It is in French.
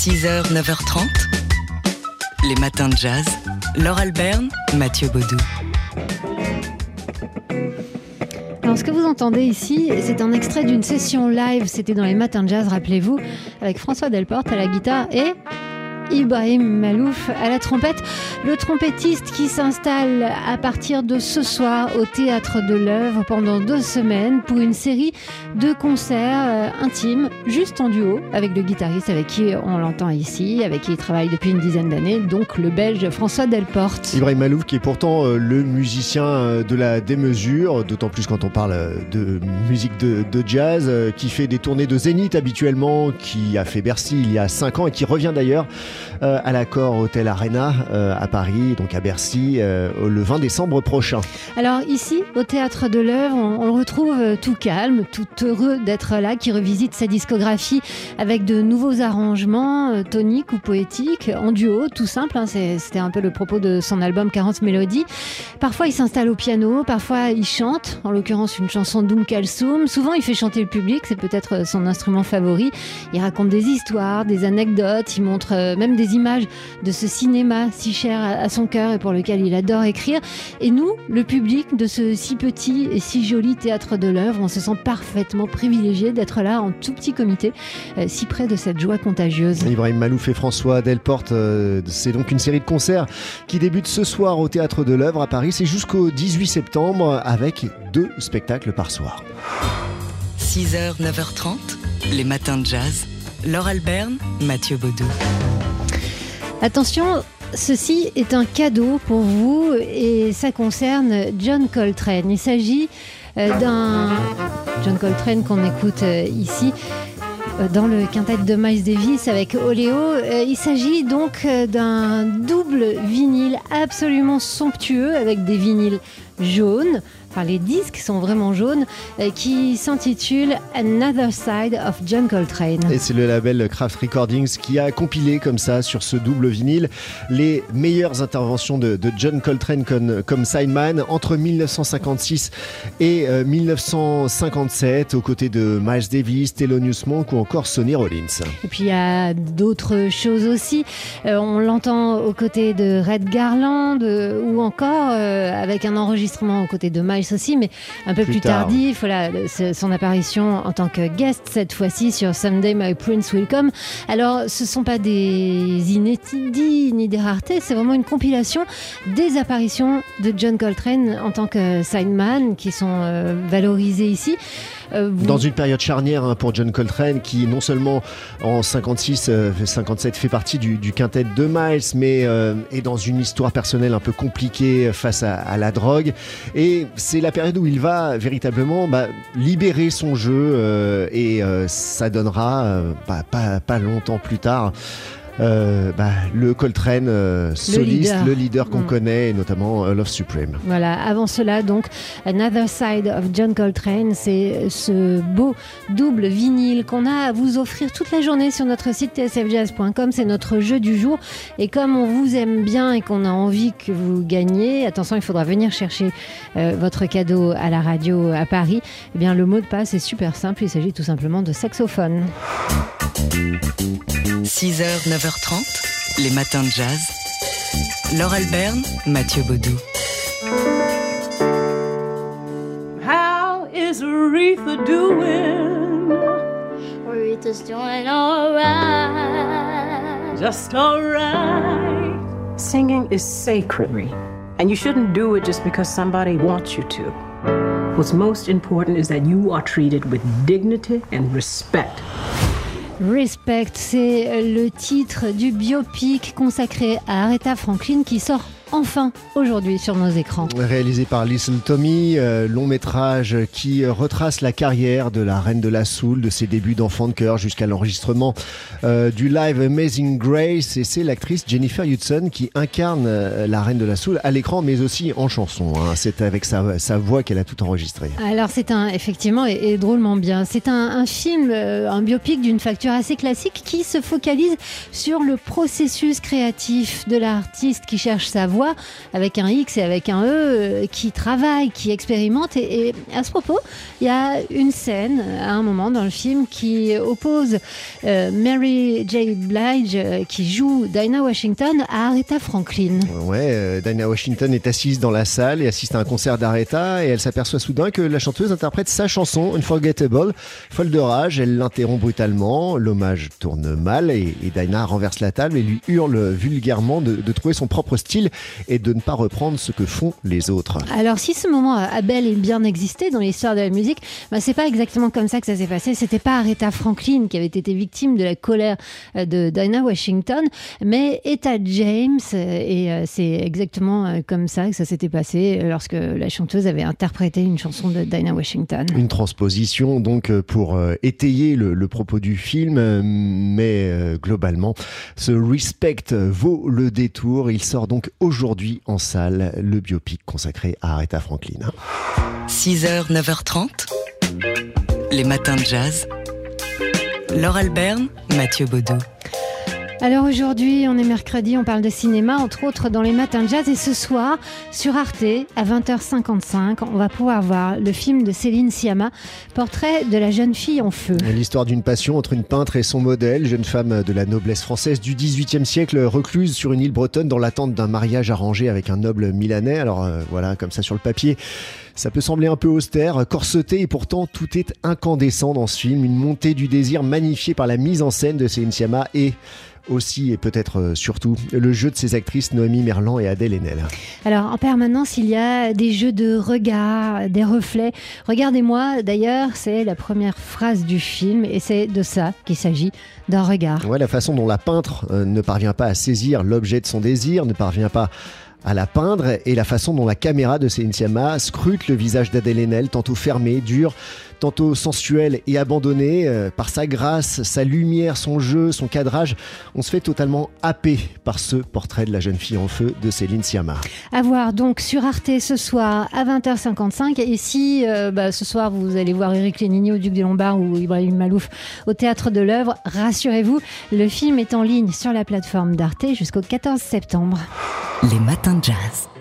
6h, 9h30, les matins de jazz. Laure Alberne, Mathieu Baudou. Alors, ce que vous entendez ici, c'est un extrait d'une session live. C'était dans les matins de jazz, rappelez-vous, avec François Delporte à la guitare et Ibrahim Malouf à la trompette. Le trompettiste qui s'installe à partir de ce soir au Théâtre de l'Œuvre pendant 2 semaines pour une série de concerts intimes, juste en duo, avec le guitariste avec qui on l'entend ici, avec qui il travaille depuis une dizaine d'années, donc le Belge François Delporte. Ibrahim Malouf qui est pourtant le musicien de la démesure, d'autant plus quand on parle de musique de jazz, qui fait des tournées de Zénith habituellement, qui a fait Bercy il y a 5 ans et qui revient d'ailleurs à l'Accor Hotel Arena à Paris, donc à Bercy, le 20 décembre prochain. Alors ici, au Théâtre de l'Œuvre, on le retrouve tout calme, tout heureux d'être là, qui revisite sa discographie avec de nouveaux arrangements toniques ou poétiques, en duo, tout simple, hein, c'était un peu le propos de son album 40 mélodies. Parfois il s'installe au piano, parfois il chante, en l'occurrence une chanson d'Oum Kalsoum. Souvent il fait chanter le public, c'est peut-être son instrument favori. Il raconte des histoires, des anecdotes, il montre même des images de ce cinéma si cher à son cœur et pour lequel il adore écrire. Et nous, le public de ce si petit et si joli Théâtre de l'Œuvre, on se sent parfaitement privilégié d'être là en tout petit comité, si près de cette joie contagieuse. Ibrahim Malouf et François Delporte, c'est donc une série de concerts qui débute ce soir au Théâtre de l'Œuvre à Paris. C'est jusqu'au 18 septembre avec 2 spectacles par soir. 6h, 9h30, les matins de jazz. Laure Alberne, Mathieu Baudou. Attention, ceci est un cadeau pour vous et ça concerne John Coltrane. Il s'agit d'un John Coltrane qu'on écoute ici dans le quintet de Miles Davis avec Oléo. Il s'agit donc d'un double vinyle absolument somptueux avec des vinyles jaunes. Enfin, les disques sont vraiment jaunes, qui s'intitule Another Side of John Coltrane. Et c'est le label Craft Recordings qui a compilé comme ça, sur ce double vinyle, les meilleures interventions de John Coltrane comme sideman entre 1956 et 1957, aux côtés de Miles Davis, Thelonious Monk ou encore Sonny Rollins. Et puis il y a d'autres choses aussi. On l'entend aux côtés de Red Garland ou encore avec un enregistrement aux côtés de Miles aussi, mais un peu plus tardif. Voilà, son apparition en tant que guest cette fois-ci sur Someday My Prince Will Come. Alors, ce ne sont pas des inédits ni des raretés, c'est vraiment une compilation des apparitions de John Coltrane en tant que sideman qui sont valorisées ici. Dans une période charnière pour John Coltrane qui non seulement en 56-57 fait partie du quintet de Miles, mais est dans une histoire personnelle un peu compliquée face à la drogue, et c'est la période où il va véritablement libérer son jeu et ça donnera pas longtemps plus tard le Coltrane soliste, le leader qu'on connaît, et notamment Love Supreme. Voilà, avant cela donc Another Side of John Coltrane, c'est ce beau double vinyle qu'on a à vous offrir toute la journée sur notre site tsfjazz.com. C'est notre jeu du jour, et comme on vous aime bien et qu'on a envie que vous gagniez, attention, il faudra venir chercher votre cadeau à la radio à Paris. Eh bien, le mot de passe est super simple, il s'agit tout simplement de saxophone. 6h, 9h30, les matins de jazz. Laure Alberne, Mathieu Baudou. How is Aretha doing? Aretha's doing alright. Just alright. Singing is sacred, and you shouldn't do it just because somebody wants you to. What's most important is that you are treated with dignity and respect. Respect, c'est le titre du biopic consacré à Aretha Franklin qui sort enfin aujourd'hui sur nos écrans. Réalisé par Little Tommy, long métrage qui retrace la carrière de la reine de la soul, de ses débuts d'enfant de chœur jusqu'à l'enregistrement du live Amazing Grace, et c'est l'actrice Jennifer Hudson qui incarne la reine de la soul à l'écran mais aussi en chanson. C'est avec sa voix qu'elle a tout enregistré. Alors c'est effectivement et drôlement bien. C'est un film, un biopic d'une facture assez classique qui se focalise sur le processus créatif de l'artiste qui cherche sa voix voix avec un X et avec un E qui travaille, qui expérimente. Et à ce propos, il y a une scène à un moment dans le film qui oppose Mary J. Blige, qui joue Dinah Washington, à Aretha Franklin. Ouais, Dinah Washington est assise dans la salle et assiste à un concert d'Aretha et elle s'aperçoit soudain que la chanteuse interprète sa chanson Unforgettable. Folle de rage, elle l'interrompt brutalement, l'hommage tourne mal et Dinah renverse la table et lui hurle vulgairement de trouver son propre style et de ne pas reprendre ce que font les autres. Alors si ce moment a bel et bien existé dans l'histoire de la musique, c'est pas exactement comme ça que ça s'est passé. C'était pas Aretha Franklin qui avait été victime de la colère de Dinah Washington, mais Etta James, et c'est exactement comme ça que ça s'était passé lorsque la chanteuse avait interprété une chanson de Dinah Washington. Une transposition donc pour étayer le propos du film, mais globalement, ce Respect vaut le détour. Il sort donc aujourd'hui en salle, le biopic consacré à Aretha Franklin. 6h, 9h30, les matins de jazz. Laure Alberne, Mathieu Baudou. Alors aujourd'hui, on est mercredi, on parle de cinéma, entre autres dans les matins de jazz. Et ce soir, sur Arte, à 20h55, on va pouvoir voir le film de Céline Sciamma, Portrait de la jeune fille en feu. L'histoire d'une passion entre une peintre et son modèle, jeune femme de la noblesse française du XVIIIe siècle, recluse sur une île bretonne dans l'attente d'un mariage arrangé avec un noble milanais. Alors voilà, comme ça sur le papier, ça peut sembler un peu austère, corseté, et pourtant tout est incandescent dans ce film. Une montée du désir magnifiée par la mise en scène de Céline Sciamma et aussi et peut-être surtout le jeu de ses actrices Noémie Merlan et Adèle Haenel. Alors en permanence il y a des jeux de regard, des reflets. Regardez-moi, d'ailleurs c'est la première phrase du film et c'est de ça qu'il s'agit, d'un regard. Ouais, la façon dont la peintre ne parvient pas à saisir l'objet de son désir, ne parvient pas à la peindre, et la façon dont la caméra de Céline Sciamma scrute le visage d'Adèle Haenel, tantôt fermé, dur, tantôt sensuel et abandonné. Par sa grâce, sa lumière, son jeu, son cadrage, on se fait totalement happer par ce portrait de la jeune fille en feu de Céline Sciamma. À voir donc sur Arte ce soir à 20h55. Et si ce soir vous allez voir Éric Lénini au Duc des Lombards ou Ibrahim Malouf au Théâtre de l'Œuvre, rassurez-vous, le film est en ligne sur la plateforme d'Arte jusqu'au 14 septembre. Les matins de jazz.